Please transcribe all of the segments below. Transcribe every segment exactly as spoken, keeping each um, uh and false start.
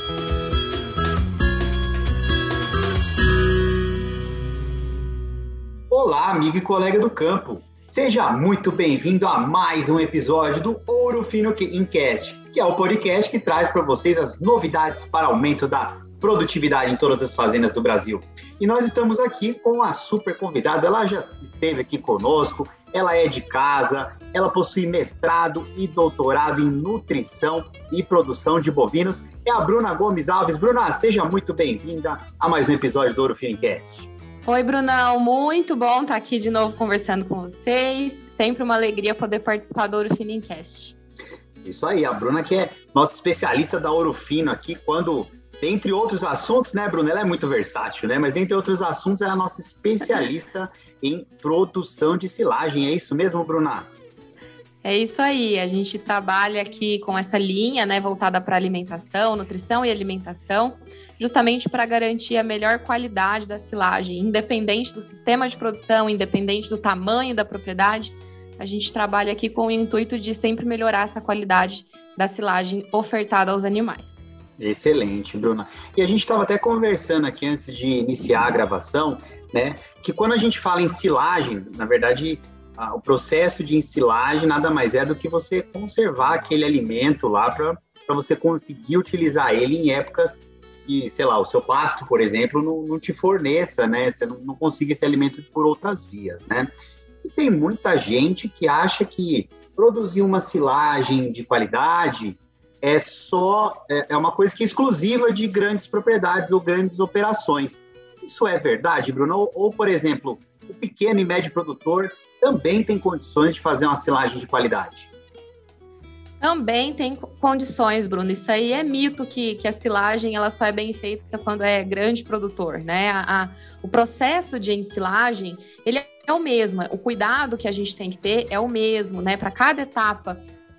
Olá, amigo e colega do campo. Seja muito bem-vindo a mais um episódio do Ouro Fino Incast, que é o podcast que traz para vocês as novidades para aumento da produtividade em todas as fazendas do Brasil. E nós estamos aqui com a super convidada, ela já esteve aqui conosco, ela é de casa, ela possui mestrado e doutorado em nutrição e produção de bovinos. É a Bruna Gomes Alves. Bruna, seja muito bem-vinda a mais um episódio do Ouro Fino Incast. Oi, Brunão, muito bom estar aqui de novo conversando com vocês. Sempre uma alegria poder participar do Ouro Fino Incast. Isso aí, a Bruna que é nossa especialista da Ouro Fino aqui, quando, dentre outros assuntos, né, Bruna, ela é muito versátil, né, mas dentre outros assuntos, ela é a nossa especialista em produção de silagem, é isso mesmo, Bruna? É isso aí, a gente trabalha aqui com essa linha, né, voltada para alimentação, nutrição e alimentação, justamente para garantir a melhor qualidade da silagem, independente do sistema de produção, independente do tamanho da propriedade. A gente trabalha aqui com o intuito de sempre melhorar essa qualidade da silagem ofertada aos animais. Excelente, Bruna. E a gente estava até conversando aqui antes de iniciar a gravação, né, que quando a gente fala em silagem, na verdade, a, o processo de ensilagem nada mais é do que você conservar aquele alimento lá para você conseguir utilizar ele em épocas que, sei lá, o seu pasto, por exemplo, não, não te forneça, né? Você não, não consiga esse alimento por outras vias, né? E tem muita gente que acha que produzir uma silagem de qualidade é só, é, é uma coisa que é exclusiva de grandes propriedades ou grandes operações. Isso é verdade, Bruno? Ou, ou, por exemplo, o pequeno e médio produtor também tem condições de fazer uma silagem de qualidade? Também tem condições, Bruno. Isso aí é mito que, que a silagem ela só é bem feita quando é grande produtor, né? A, a, o processo de ensilagem, ele é o mesmo. O cuidado que a gente tem que ter é o mesmo, né? Para cada etapa.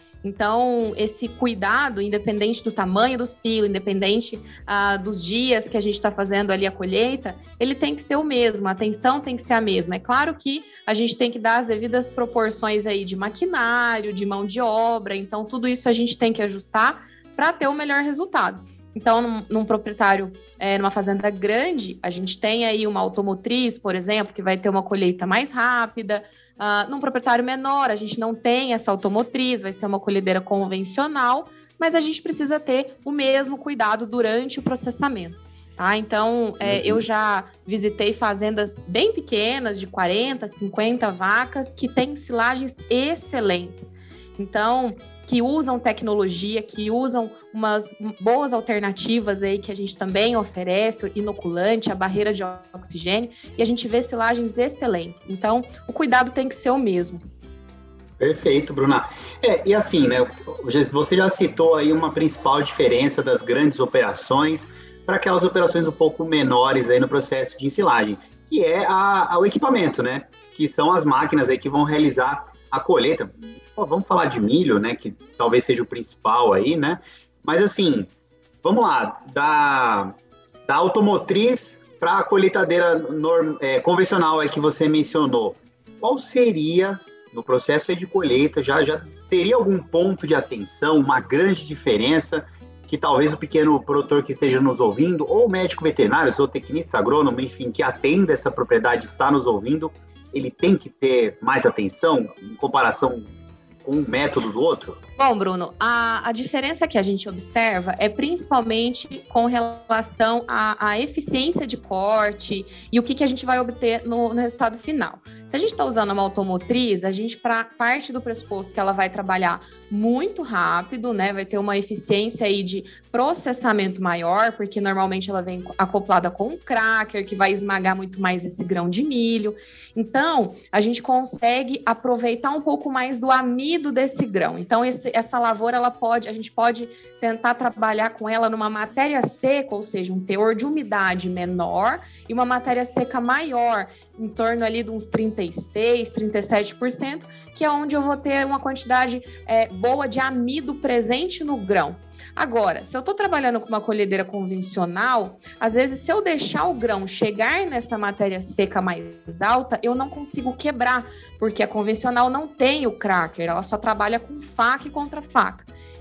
Então, esse cuidado, independente do tamanho do silo, independente ah, dos dias que a gente está fazendo ali a colheita, ele tem que ser o mesmo, a atenção tem que ser a mesma. É claro que a gente tem que dar as devidas proporções aí de maquinário, de mão de obra, então tudo isso a gente tem que ajustar para ter o melhor resultado. Então, num, num proprietário, é, numa fazenda grande, a gente tem aí uma automotriz, por exemplo, que vai ter uma colheita mais rápida. Uh, num proprietário menor, a gente não tem essa automotriz, vai ser uma colhedeira convencional, mas a gente precisa ter o mesmo cuidado durante o processamento. Tá? Então, é, uhum. eu já visitei fazendas bem pequenas, de quarenta, cinquenta vacas, que têm silagens excelentes. Então, que usam tecnologia, que usam umas boas alternativas aí que a gente também oferece, o inoculante, a barreira de oxigênio, e a gente vê silagens excelentes. Então, o cuidado tem que ser o mesmo. Perfeito, Bruna. É, e assim, né, você já citou aí uma principal diferença das grandes operações para aquelas operações um pouco menores aí no processo de ensilagem, que é a, a, o equipamento, né, que são as máquinas aí que vão realizar a colheita. Vamos falar de milho, né, que talvez seja o principal aí, né, mas assim, vamos lá, da, da automotriz para a colheitadeira norm, é, convencional aí que você mencionou, qual seria, no processo aí de colheita, já, já teria algum ponto de atenção, uma grande diferença, que talvez o pequeno produtor que esteja nos ouvindo, ou médico veterinário, ou tecnista agrônomo, enfim, que atenda essa propriedade, está nos ouvindo, ele tem que ter mais atenção em comparação com um método do outro? Bom, Bruno, a, a diferença que a gente observa é principalmente com relação à, à eficiência de corte e o que, que a gente vai obter no, no resultado final. Se a gente está usando uma automotriz, a gente pra, parte do pressuposto que ela vai trabalhar muito rápido, né? Vai ter uma eficiência aí de processamento maior, porque normalmente ela vem acoplada com um cracker, que vai esmagar muito mais esse grão de milho. Então, a gente consegue aproveitar um pouco mais do amido desse grão. Então, esse, essa lavoura, ela pode, a gente pode tentar trabalhar com ela numa matéria seca, ou seja, um teor de umidade menor e uma matéria seca maior, em torno ali de uns trinta e seis, trinta e sete por cento, que é onde eu vou ter uma quantidade é, boa de amido presente no grão. Agora, se eu estou trabalhando com uma colhedeira convencional, às vezes, se eu deixar o grão chegar nessa matéria seca mais alta, eu não consigo quebrar, porque a convencional não tem o cracker, ela só trabalha com faca e contra faca.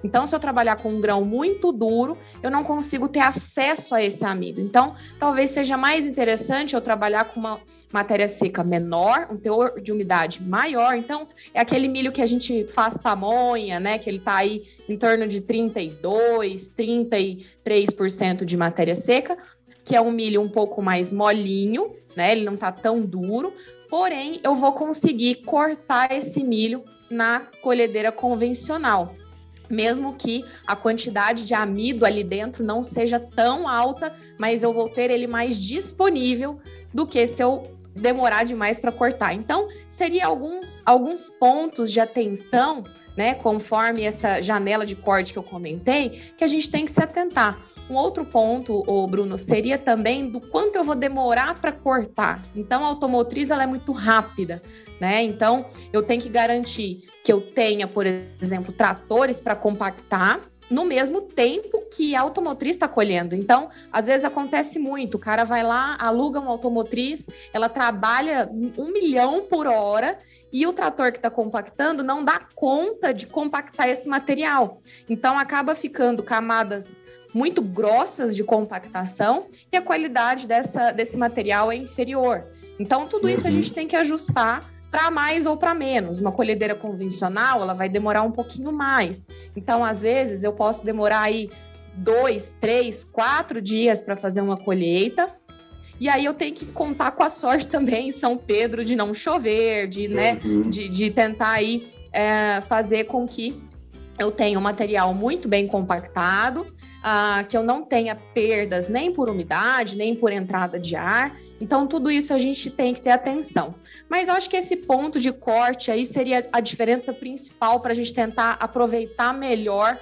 Então, se eu trabalhar com um grão muito duro, eu não consigo ter acesso a esse amido. Então, talvez seja mais interessante eu trabalhar com uma matéria seca menor, um teor de umidade maior. Então, é aquele milho que a gente faz pamonha, né? Que ele tá aí em torno de trinta e dois, trinta e três por cento de matéria seca, que é um milho um pouco mais molinho, né? Ele não tá tão duro, porém, eu vou conseguir cortar esse milho na colhedeira convencional, mesmo que a quantidade de amido ali dentro não seja tão alta, mas eu vou ter ele mais disponível do que se eu demorar demais para cortar. Então, seria alguns, alguns pontos de atenção, né, conforme essa janela de corte que eu comentei, que a gente tem que se atentar. Um outro ponto, ô Bruno, seria também do quanto eu vou demorar para cortar. Então, a automotriz ela é muito rápida, né? Então, eu tenho que garantir que eu tenha, por exemplo, tratores para compactar no mesmo tempo que a automotriz está colhendo. Então, às vezes acontece muito, o cara vai lá, aluga uma automotriz, ela trabalha um milhão por hora e o trator que está compactando não dá conta de compactar esse material. Então, acaba ficando camadas muito grossas de compactação e a qualidade dessa, desse material é inferior. Então, tudo isso a gente tem que ajustar para mais ou para menos. Uma colhedeira convencional, ela vai demorar um pouquinho mais. Então, às vezes, eu posso demorar aí dois, três, quatro dias para fazer uma colheita. E aí eu tenho que contar com a sorte também em São Pedro de não chover, de, né, uhum. de, de tentar aí, é, fazer com que eu tenha um material muito bem compactado, uh, que eu não tenha perdas nem por umidade, nem por entrada de ar. Então, tudo isso a gente tem que ter atenção. Mas eu acho que esse ponto de corte aí seria a diferença principal para a gente tentar aproveitar melhor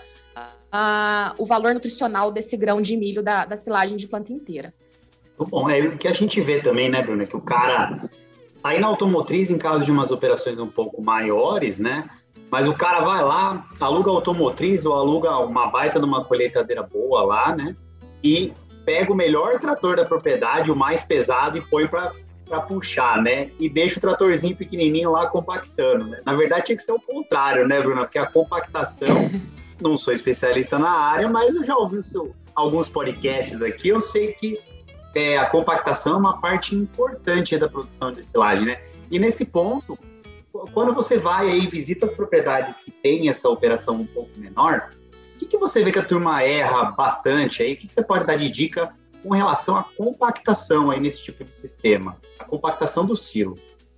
uh, o valor nutricional desse grão de milho da, da silagem de planta inteira. Muito bom. É o que a gente vê também, né, Bruna, que o cara, aí na automotriz, em caso de umas operações um pouco maiores, né, mas o cara vai lá, aluga a automotriz ou aluga uma baita de uma colheitadeira boa lá, né, e pega o melhor trator da propriedade, o mais pesado, e põe para puxar, né? E deixa o tratorzinho pequenininho lá compactando, né? Na verdade, tinha que ser o contrário, né, Bruna? Porque a compactação, não sou especialista na área, mas eu já ouvi o seu, alguns podcasts aqui, eu sei que é, a compactação é uma parte importante da produção de silagem, né? E nesse ponto, quando você vai aí e visita as propriedades que têm essa operação um pouco menor, o que, que você vê que a turma erra bastante aí? O que, que você pode dar de dica com relação à compactação aí nesse tipo de sistema? A compactação do silo.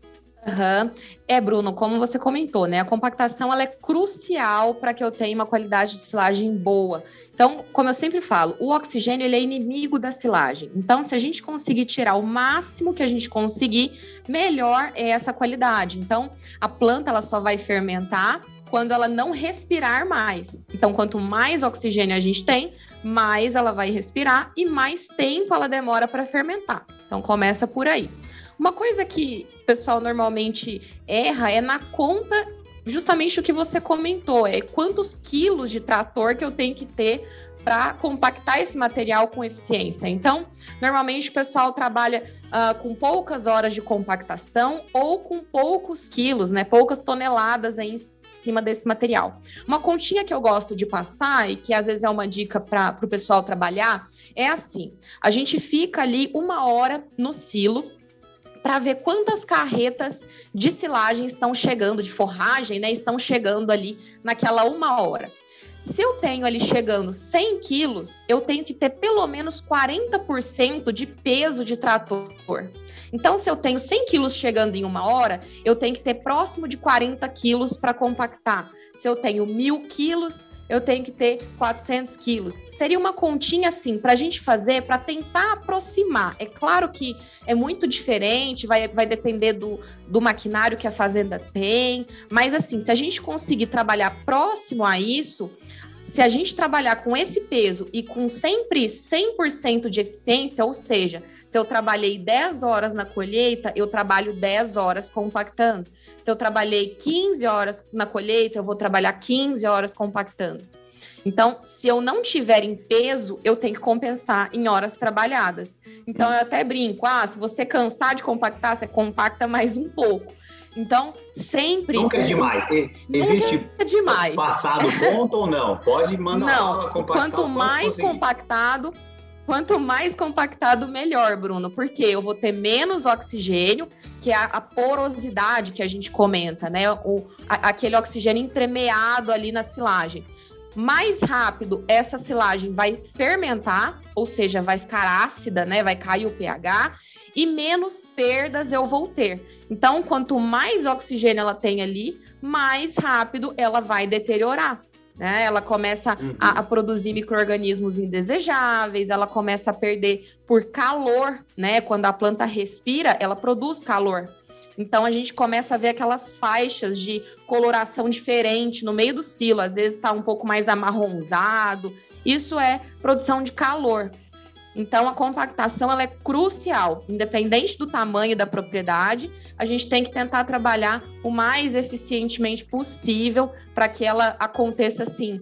Uhum. É, Bruno, como você comentou, né? A compactação ela é crucial para que eu tenha uma qualidade de silagem boa. Então, como eu sempre falo, o oxigênio ele é inimigo da silagem. Então, se a gente conseguir tirar o máximo que a gente conseguir, melhor é essa qualidade. Então, a planta ela só vai fermentar quando ela não respirar mais. Então, quanto mais oxigênio a gente tem, mais ela vai respirar e mais tempo ela demora para fermentar. Então, começa por aí. Uma coisa que o pessoal normalmente erra é na conta, justamente o que você comentou, é quantos quilos de trator que eu tenho que ter para compactar esse material com eficiência. Então, normalmente o pessoal trabalha uh, com poucas horas de compactação ou com poucos quilos, né, poucas toneladas em cima desse material. Uma continha que eu gosto de passar e que às vezes é uma dica para o pessoal trabalhar é assim: a gente fica ali uma hora no silo para ver quantas carretas de silagem estão chegando, de forragem, né, estão chegando ali naquela uma hora. Se eu tenho ali chegando cem quilos, eu tenho que ter pelo menos quarenta por cento de peso de trator. Então, se eu tenho cem quilos chegando em uma hora, eu tenho que ter próximo de quarenta quilos para compactar. Se eu tenho mil quilos, eu tenho que ter quatrocentos quilos. Seria uma continha assim, para a gente fazer, para tentar aproximar. É claro que é muito diferente, vai, vai depender do, do maquinário que a fazenda tem, mas assim, se a gente conseguir trabalhar próximo a isso, se a gente trabalhar com esse peso e com sempre cem por cento de eficiência, ou seja, se eu trabalhei dez horas na colheita, eu trabalho dez horas compactando. Se eu trabalhei quinze horas na colheita, eu vou trabalhar quinze horas compactando. Então, se eu não tiver em peso, eu tenho que compensar em horas trabalhadas. Então, eu até brinco, ah, se você cansar de compactar, você compacta mais um pouco. Então, sempre... Nunca é demais. Existe Nunca é demais. Passado ponto ou não? Pode mandar não, lá, compactar. Quanto mais compactado, quanto mais compactado, melhor, Bruno. Porque eu vou ter menos oxigênio, que é a, a porosidade que a gente comenta, né? O, a, aquele oxigênio entremeado ali na silagem. Mais rápido essa silagem vai fermentar, ou seja, vai ficar ácida, né? Vai cair o pH, e menos perdas eu vou ter. Então, quanto mais oxigênio ela tem ali, mais rápido ela vai deteriorar, né? Ela começa uhum. a, a produzir micro-organismos indesejáveis, ela começa a perder por calor, né? Quando a planta respira, ela produz calor. Então, a gente começa a ver aquelas faixas de coloração diferente no meio do silo. Às vezes está um pouco mais amarronzado. Isso é produção de calor. Então, a compactação ela é crucial. Independente do tamanho da propriedade, a gente tem que tentar trabalhar o mais eficientemente possível para que ela aconteça, assim,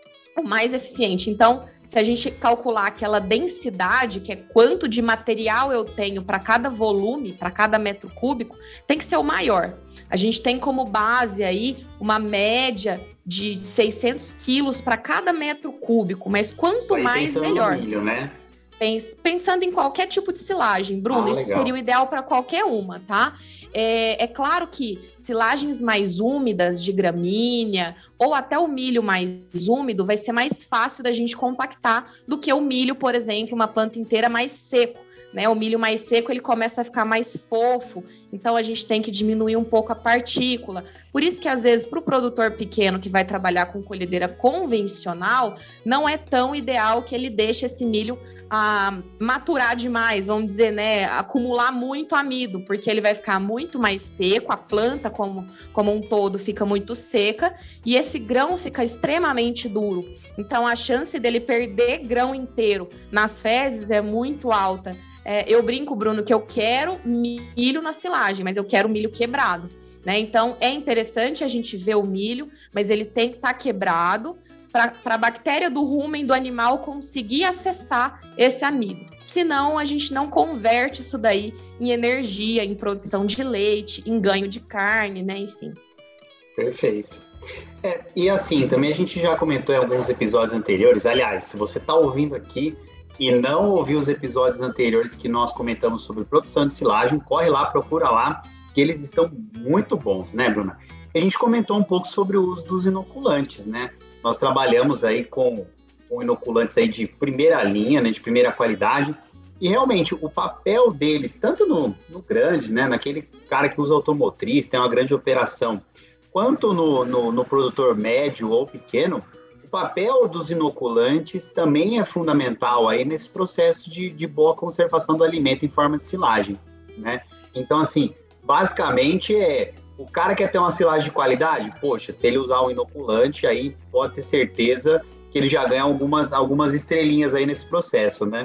o mais eficiente. Então, se a gente calcular aquela densidade, que é quanto de material eu tenho para cada volume, para cada metro cúbico, tem que ser o maior. A gente tem como base aí uma média de seiscentos quilos para cada metro cúbico, mas quanto mais, melhor. No milho, né? Pensando em qualquer tipo de silagem, Bruno, ah, isso seria o ideal para qualquer uma, tá? É, é claro que silagens mais úmidas de gramínea ou até o milho mais úmido vai ser mais fácil da gente compactar do que o milho, por exemplo, uma planta inteira mais seco, né? O milho mais seco ele começa a ficar mais fofo, então a gente tem que diminuir um pouco a partícula. Por isso que às vezes para o produtor pequeno que vai trabalhar com colhedeira convencional, não é tão ideal que ele deixe esse milho a maturar demais, vamos dizer, né, acumular muito amido, porque ele vai ficar muito mais seco, a planta como, como um todo fica muito seca e esse grão fica extremamente duro. Então a chance dele perder grão inteiro nas fezes é muito alta. É, eu brinco, Bruno, que eu quero milho na silagem, mas eu quero milho quebrado, né? Então é interessante a gente ver o milho, mas ele tem que estar quebrado para a bactéria do rumen do animal conseguir acessar esse amido. Senão, a gente não converte isso daí em energia, em produção de leite, em ganho de carne, né? Enfim. Perfeito. É, e assim, também a gente já comentou em alguns episódios anteriores, aliás, se você está ouvindo aqui e não ouviu os episódios anteriores que nós comentamos sobre produção de silagem, corre lá, procura lá, que eles estão muito bons, né, Bruna? A gente comentou um pouco sobre o uso dos inoculantes, né? Nós trabalhamos aí com, com inoculantes aí de primeira linha, né, de primeira qualidade, e realmente o papel deles, tanto no, no grande, né, naquele cara que usa automotriz, tem uma grande operação, quanto no, no, no produtor médio ou pequeno, o papel dos inoculantes também é fundamental aí nesse processo de, de boa conservação do alimento em forma de silagem, né? Então, assim, basicamente é... O cara quer ter uma silagem de qualidade? Poxa, se ele usar um inoculante, aí pode ter certeza que ele já ganha algumas, algumas estrelinhas aí nesse processo, né?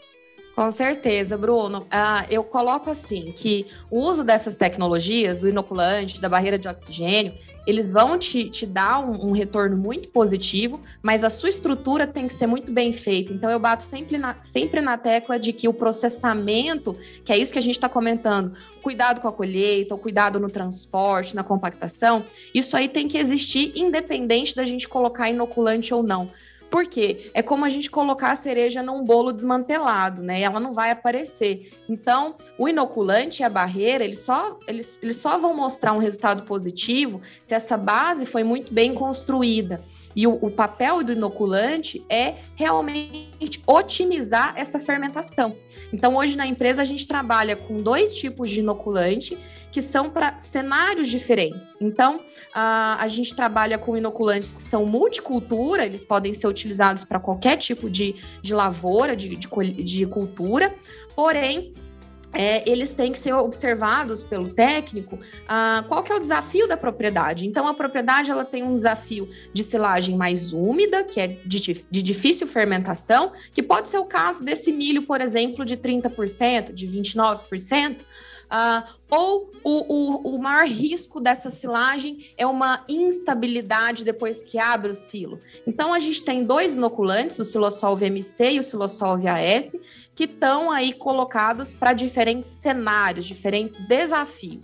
Com certeza, Bruno. Ah, eu coloco assim, que o uso dessas tecnologias, do inoculante, da barreira de oxigênio, eles vão te, te dar um, um retorno muito positivo, mas a sua estrutura tem que ser muito bem feita. Então, eu bato sempre na, sempre na tecla de que o processamento, que é isso que a gente está comentando, cuidado com a colheita, o cuidado no transporte, na compactação, isso aí tem que existir independente da gente colocar inoculante ou não. Por quê? É como a gente colocar a cereja num bolo desmantelado, né? Ela não vai aparecer. Então, o inoculante e a barreira, eles só, eles, eles só vão mostrar um resultado positivo se essa base foi muito bem construída. E o, o papel do inoculante é realmente otimizar essa fermentação. Então, hoje na empresa a gente trabalha com dois tipos de inoculante que são para cenários diferentes. Então, a, a gente trabalha com inoculantes que são multicultura, eles podem ser utilizados para qualquer tipo de, de lavoura, de, de, de cultura, porém, É, eles têm que ser observados pelo técnico, ah, qual que é o desafio da propriedade. Então, a propriedade ela tem um desafio de silagem mais úmida, que é de, de difícil fermentação, que pode ser o caso desse milho, por exemplo, de trinta por cento, de vinte e nove por cento, ah, ou o, o, o maior risco dessa silagem é uma instabilidade depois que abre o silo. Então, a gente tem dois inoculantes, o Silossol V M C e o Silossol V A S, que estão aí colocados para diferentes cenários, diferentes desafios.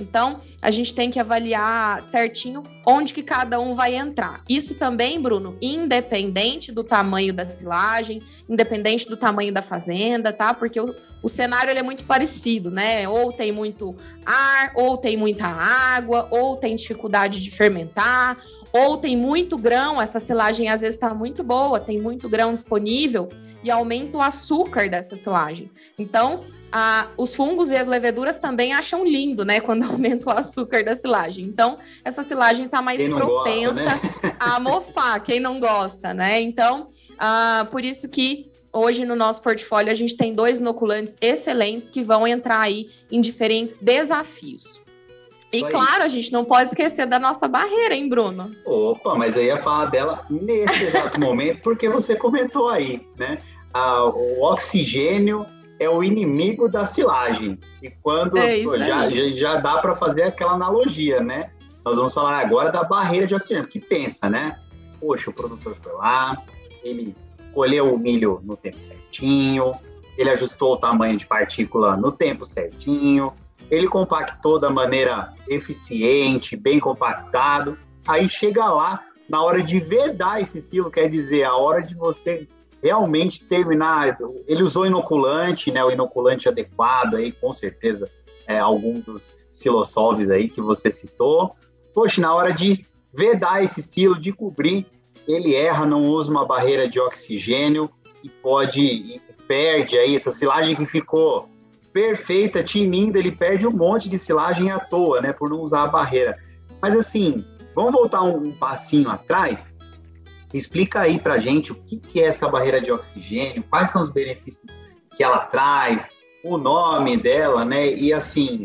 Então, a gente tem que avaliar certinho onde que cada um vai entrar. Isso também, Bruno, independente do tamanho da silagem, independente do tamanho da fazenda, tá? Porque o, o cenário ele é muito parecido, né? Ou tem muito ar, ou tem muita água, ou tem dificuldade de fermentar, ou tem muito grão, essa silagem às vezes está muito boa, tem muito grão disponível e aumenta o açúcar dessa silagem. Então, Ah, os fungos e as leveduras também acham lindo, né, quando aumenta o açúcar da silagem. Então, essa silagem está mais propensa gosta, né? a mofar, quem não gosta, né? Então, ah, por isso que hoje no nosso portfólio a gente tem dois inoculantes excelentes que vão entrar aí em diferentes desafios. E Foi. claro, a gente não pode esquecer da nossa barreira, hein, Bruno? Opa, mas eu ia falar dela nesse exato momento, porque você comentou aí, né? Ah, o oxigênio é o inimigo da silagem. E quando é pô, já, já, já dá para fazer aquela analogia, né? Nós vamos falar agora da barreira de oxigênio, porque pensa, né? Poxa, o produtor foi lá, ele colheu o milho no tempo certinho, ele ajustou o tamanho de partícula no tempo certinho, ele compactou da maneira eficiente, bem compactado, aí chega lá, na hora de vedar esse silo, quer dizer, a hora de você realmente terminar, ele usou inoculante, né, o inoculante adequado aí, com certeza, é, algum dos silossolves aí que você citou. Poxa, na hora de vedar esse silo, de cobrir, ele erra, não usa uma barreira de oxigênio e pode, e perde aí essa silagem que ficou perfeita, tinindo, ele perde um monte de silagem à toa, né, por não usar a barreira. Mas assim, vamos voltar um, um passinho atrás. Explica aí pra gente o que, que é essa barreira de oxigênio, quais são os benefícios que ela traz, o nome dela, né? E assim,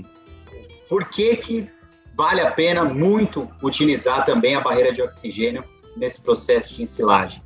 por que que vale a pena muito utilizar também a barreira de oxigênio nesse processo de ensilagem?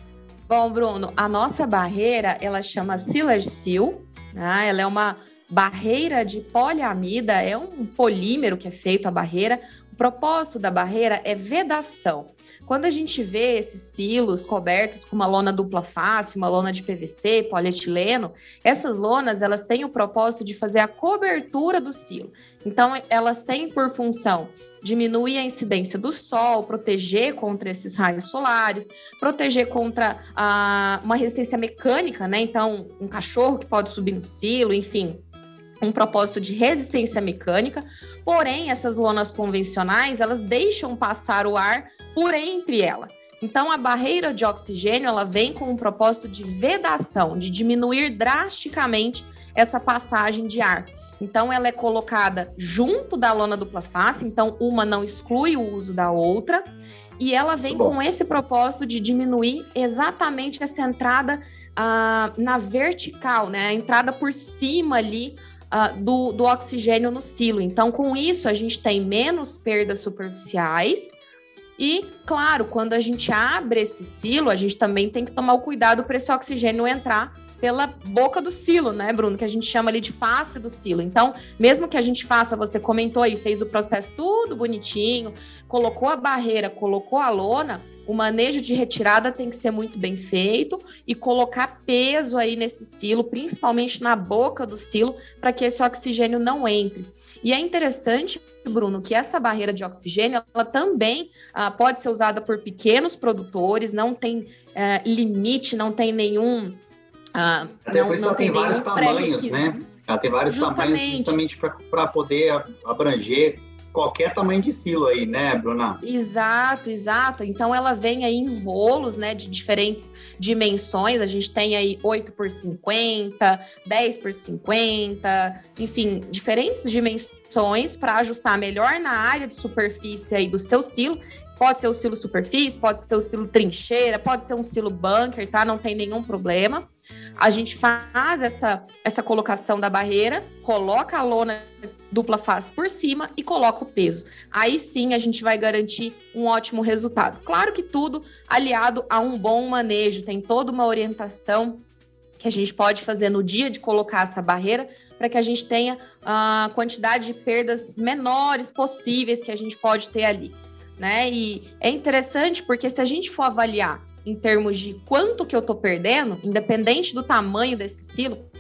Bom, Bruno, a nossa barreira, ela chama Silage Seal, né? Ela é uma barreira de poliamida, é um polímero que é feito a barreira. O propósito da barreira é vedação. Quando a gente vê esses silos cobertos com uma lona dupla face, uma lona de P V C, polietileno, essas lonas, elas têm o propósito de fazer a cobertura do silo. Então, elas têm por função diminuir a incidência do sol, proteger contra esses raios solares, proteger contra ah, uma resistência mecânica, né? Então, um cachorro que pode subir no silo, enfim, um propósito de resistência mecânica, porém, essas lonas convencionais, elas deixam passar o ar por entre ela. Então, a barreira de oxigênio, ela vem com um propósito de vedação, de diminuir drasticamente essa passagem de ar. Então, ela é colocada junto da lona dupla face, então uma não exclui o uso da outra, e ela vem com esse propósito de diminuir exatamente essa entrada ah, na vertical, né? A entrada por cima ali, Uh, do, do oxigênio no silo. Então, com isso, a gente tem menos perdas superficiais e, claro, quando a gente abre esse silo, a gente também tem que tomar o cuidado para esse oxigênio entrar pela boca do silo, né, Bruno? Que a gente chama ali de face do silo. Então, mesmo que a gente faça, você comentou aí, fez o processo tudo bonitinho, colocou a barreira, colocou a lona, o manejo de retirada tem que ser muito bem feito e colocar peso aí nesse silo, principalmente na boca do silo, para que esse oxigênio não entre. E é interessante, Bruno, que essa barreira de oxigênio, ela também ah, pode ser usada por pequenos produtores, não tem eh, limite, não tem nenhum... Ah, Até não, por isso ela tem vários tamanhos, né? Ela tem vários justamente. tamanhos justamente para poder abranger qualquer tamanho de silo aí, né, Bruna? Exato, exato. Então ela vem aí em rolos, né, de diferentes dimensões. A gente tem aí oito por cinquenta, dez por cinquenta, enfim, diferentes dimensões para ajustar melhor na área de superfície aí do seu silo. Pode ser o silo superfície, pode ser o silo trincheira, pode ser um silo bunker, tá? Não tem nenhum problema. A gente faz essa, essa colocação da barreira, coloca a lona dupla face por cima e coloca o peso. Aí sim a gente vai garantir um ótimo resultado. Claro que tudo aliado a um bom manejo, tem toda uma orientação que a gente pode fazer no dia de colocar essa barreira para que a gente tenha a quantidade de perdas menores possíveis que a gente pode ter ali. Né? E é interessante porque se a gente for avaliar em termos de quanto que eu estou perdendo, independente do tamanho desse silo,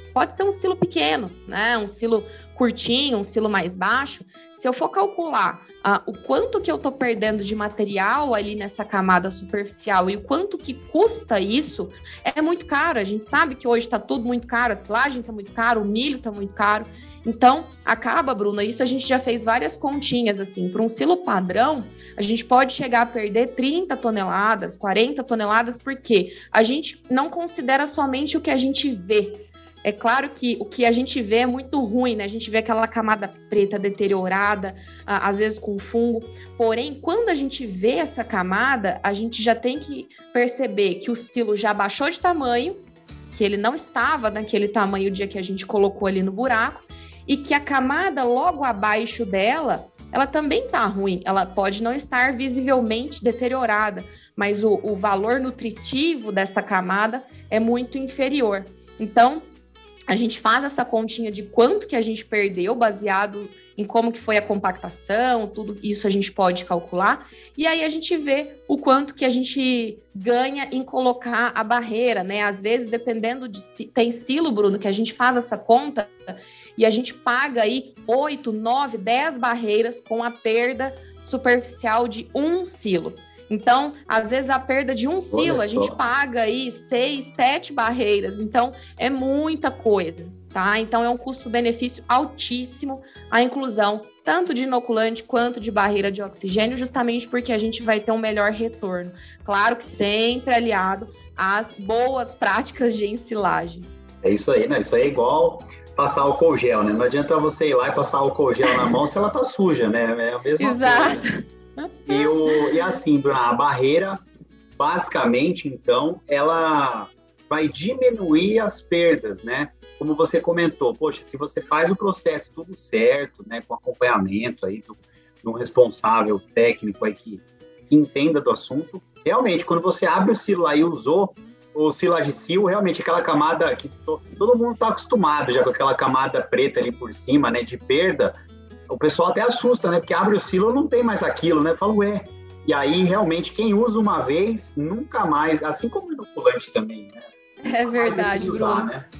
pode ser um silo pequeno, né? Um silo curtinho, um silo mais baixo. Se eu for calcular ah, o quanto que eu estou perdendo de material ali nessa camada superficial e o quanto que custa isso, é muito caro. A gente sabe que hoje está tudo muito caro, a silagem está muito caro, o milho está muito caro. Então, acaba, Bruna, isso a gente já fez várias continhas, assim, para um silo padrão, a gente pode chegar a perder trinta toneladas, quarenta toneladas, porque a gente não considera somente o que a gente vê. É claro que o que a gente vê é muito ruim, né? A gente vê aquela camada preta deteriorada, às vezes com fungo. Porém, quando a gente vê essa camada, a gente já tem que perceber que o silo já baixou de tamanho, que ele não estava naquele tamanho o dia que a gente colocou ali no buraco, e que a camada logo abaixo dela, ela também está ruim. Ela pode não estar visivelmente deteriorada, mas o, o valor nutritivo dessa camada é muito inferior. Então, a gente faz essa continha de quanto que a gente perdeu, baseado em como que foi a compactação, tudo isso a gente pode calcular, e aí a gente vê o quanto que a gente ganha em colocar a barreira, né? Às vezes, dependendo de... Tem silo, Bruno, que a gente faz essa conta e a gente paga aí oito, nove, dez barreiras com a perda superficial de um silo. Então, às vezes, a perda de um silo, a gente paga aí seis, sete barreiras. Então, é muita coisa, tá? Então, é um custo-benefício altíssimo a inclusão tanto de inoculante quanto de barreira de oxigênio, justamente porque a gente vai ter um melhor retorno. Claro que sempre aliado às boas práticas de ensilagem. É isso aí, né? Isso aí é igual passar álcool gel, né? Não adianta você ir lá e passar álcool gel na mão se ela tá suja, né? É a mesma Exato. coisa. E, o, e assim, Bruna, a barreira, basicamente, então, ela vai diminuir as perdas, né? Como você comentou, poxa, se você faz o processo tudo certo, né, com acompanhamento aí do, de um responsável técnico aí que, que entenda do assunto, realmente, quando você abre o silo lá e usou o silagicil, realmente aquela camada que to, todo mundo está acostumado já com aquela camada preta ali por cima, né, de perda, o pessoal até assusta, né? Porque abre o silo, não tem mais aquilo, né? Fala, ué. E aí, realmente, quem usa uma vez, nunca mais, assim como o inoculante também, né? É verdade, usar, Bruno. Né?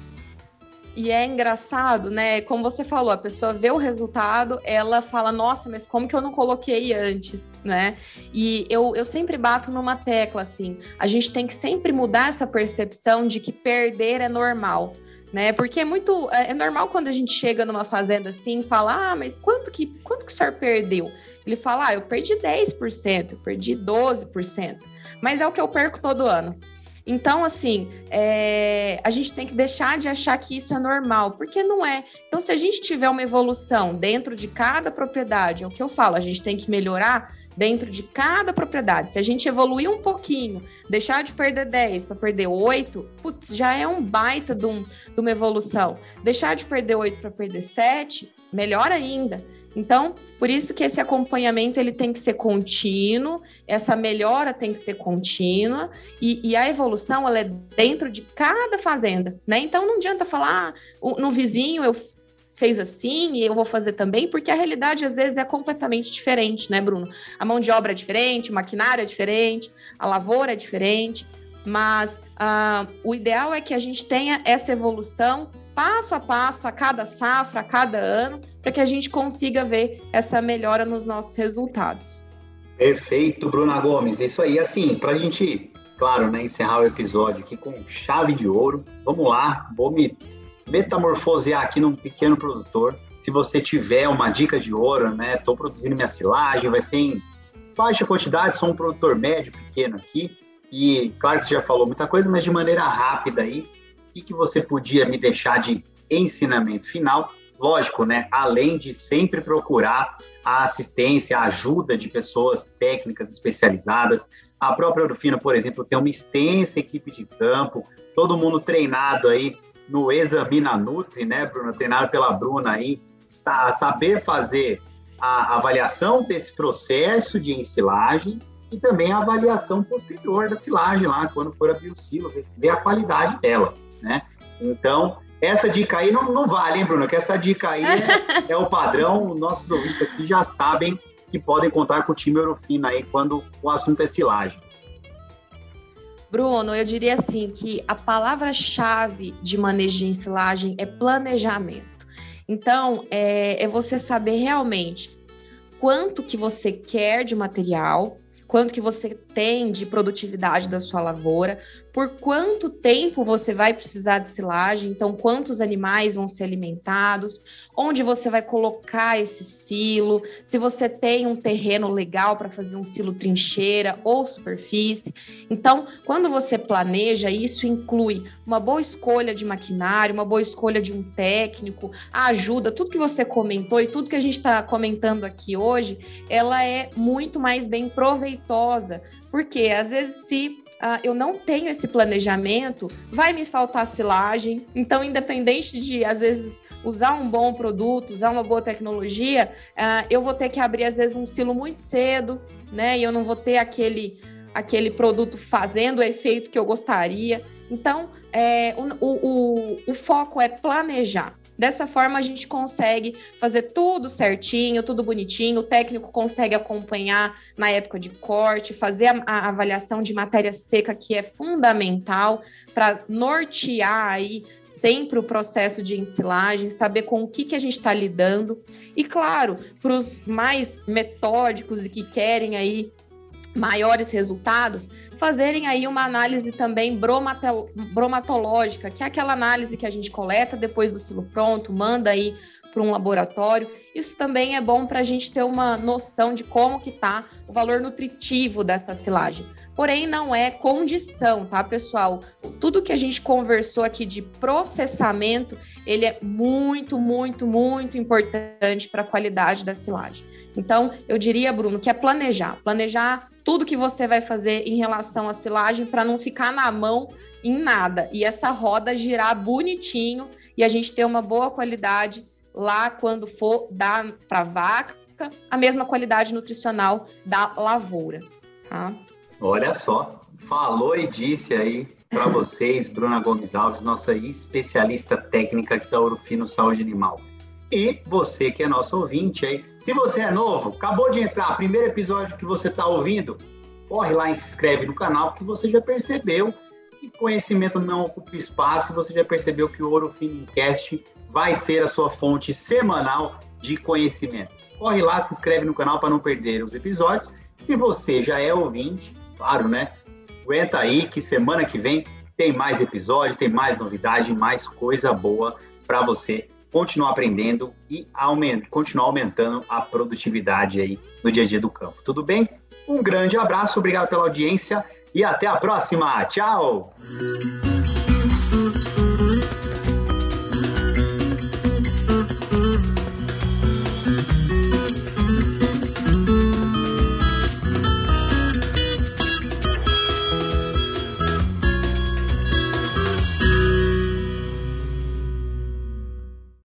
E é engraçado, né? Como você falou, a pessoa vê o resultado, ela fala, nossa, mas como que eu não coloquei antes, né? E eu, eu sempre bato numa tecla, assim, a gente tem que sempre mudar essa percepção de que perder é normal. Né? Porque é muito é normal quando a gente chega numa fazenda assim e fala, ah, mas quanto que, quanto que o senhor perdeu? Ele fala, ah, eu perdi dez por cento, eu perdi doze por cento, mas é o que eu perco todo ano. Então, assim, é, a gente tem que deixar de achar que isso é normal, porque não é. Então, se a gente tiver uma evolução dentro de cada propriedade, é o que eu falo, a gente tem que melhorar dentro de cada propriedade. Se a gente evoluir um pouquinho, deixar de perder dez para perder oito, putz, já é um baita de, um, de uma evolução. Deixar de perder oito para perder sete, melhor ainda. Então, por isso que esse acompanhamento ele tem que ser contínuo, essa melhora tem que ser contínua, e, e a evolução ela é dentro de cada fazenda, né? Então, não adianta falar, ah, no vizinho eu fez assim e eu vou fazer também, porque a realidade às vezes é completamente diferente, né, Bruno? A mão de obra é diferente, o maquinário é diferente, a lavoura é diferente, mas ah, o ideal é que a gente tenha essa evolução passo a passo, a cada safra, a cada ano, para que a gente consiga ver essa melhora nos nossos resultados. Perfeito, Bruna Gomes. Isso aí, assim, para a gente, claro, né, encerrar o episódio aqui com chave de ouro. Vamos lá, vou me metamorfosear aqui num pequeno produtor. Se você tiver uma dica de ouro, né, estou produzindo minha silagem, vai ser em baixa quantidade, sou um produtor médio, pequeno aqui, e claro que você já falou muita coisa, mas de maneira rápida aí, o que, que você podia me deixar de ensinamento final? Lógico, né, além de sempre procurar a assistência, a ajuda de pessoas técnicas especializadas, a própria Ourofino, por exemplo, tem uma extensa equipe de campo, todo mundo treinado aí no Examina Nutri, né, Bruna? Treinado pela Bruna aí, a saber fazer a avaliação desse processo de ensilagem e também a avaliação posterior da silagem lá, quando for a biosilo, ver a qualidade dela, né? Então, essa dica aí não, não vale, hein, Bruna? Que essa dica aí é, é o padrão, nossos ouvintes aqui já sabem que podem contar com o time Ourofino aí quando o assunto é silagem. Bruno, eu diria assim que a palavra-chave de manejo de ensilagem é planejamento. Então, é, é você saber realmente quanto que você quer de material, quanto que você tem de produtividade da sua lavoura, por quanto tempo você vai precisar de silagem, então quantos animais vão ser alimentados, onde você vai colocar esse silo, se você tem um terreno legal para fazer um silo trincheira ou superfície. Então, quando você planeja, isso inclui uma boa escolha de maquinário, uma boa escolha de um técnico, a ajuda, tudo que você comentou e tudo que a gente está comentando aqui hoje, ela é muito mais bem proveitosa, porque às vezes se uh, eu não tenho esse planejamento, vai me faltar silagem. Então, independente de, às vezes, usar um bom produto, usar uma boa tecnologia, uh, eu vou ter que abrir, às vezes, um silo muito cedo, né? E eu não vou ter aquele, aquele produto fazendo o efeito que eu gostaria. Então, é, o, o, o foco é planejar. Dessa forma, a gente consegue fazer tudo certinho, tudo bonitinho, o técnico consegue acompanhar na época de corte, fazer a, a avaliação de matéria seca, que é fundamental para nortear aí sempre o processo de ensilagem, saber com o que, que a gente está lidando. E, claro, para os mais metódicos e que querem aí maiores resultados, fazerem aí uma análise também bromatológica, que é aquela análise que a gente coleta depois do silo pronto, manda aí para um laboratório. Isso também é bom para a gente ter uma noção de como que está o valor nutritivo dessa silagem. Porém, não é condição, tá, pessoal? Tudo que a gente conversou aqui de processamento, ele é muito, muito, muito importante para a qualidade da silagem. Então, eu diria, Bruno, que é planejar. Planejar tudo que você vai fazer em relação à silagem para não ficar na mão em nada. E essa roda girar bonitinho e a gente ter uma boa qualidade lá quando for dar para a vaca, a mesma qualidade nutricional da lavoura. Tá? Olha só, falou e disse aí para vocês, Bruna Gomes Alves, nossa especialista técnica aqui da Ouro Fino Saúde Animal. E você que é nosso ouvinte aí, se você é novo, acabou de entrar, primeiro episódio que você está ouvindo, corre lá e se inscreve no canal, porque você já percebeu que conhecimento não ocupa espaço, você já percebeu que o Ouro Fino Cast vai ser a sua fonte semanal de conhecimento. Corre lá, se inscreve no canal para não perder os episódios. Se você já é ouvinte, claro, né? Aguenta aí que semana que vem tem mais episódio, tem mais novidade, mais coisa boa para você continuar aprendendo e aument- continuar aumentando a produtividade aí no dia a dia do campo. Tudo bem? Um grande abraço, obrigado pela audiência e até a próxima. Tchau!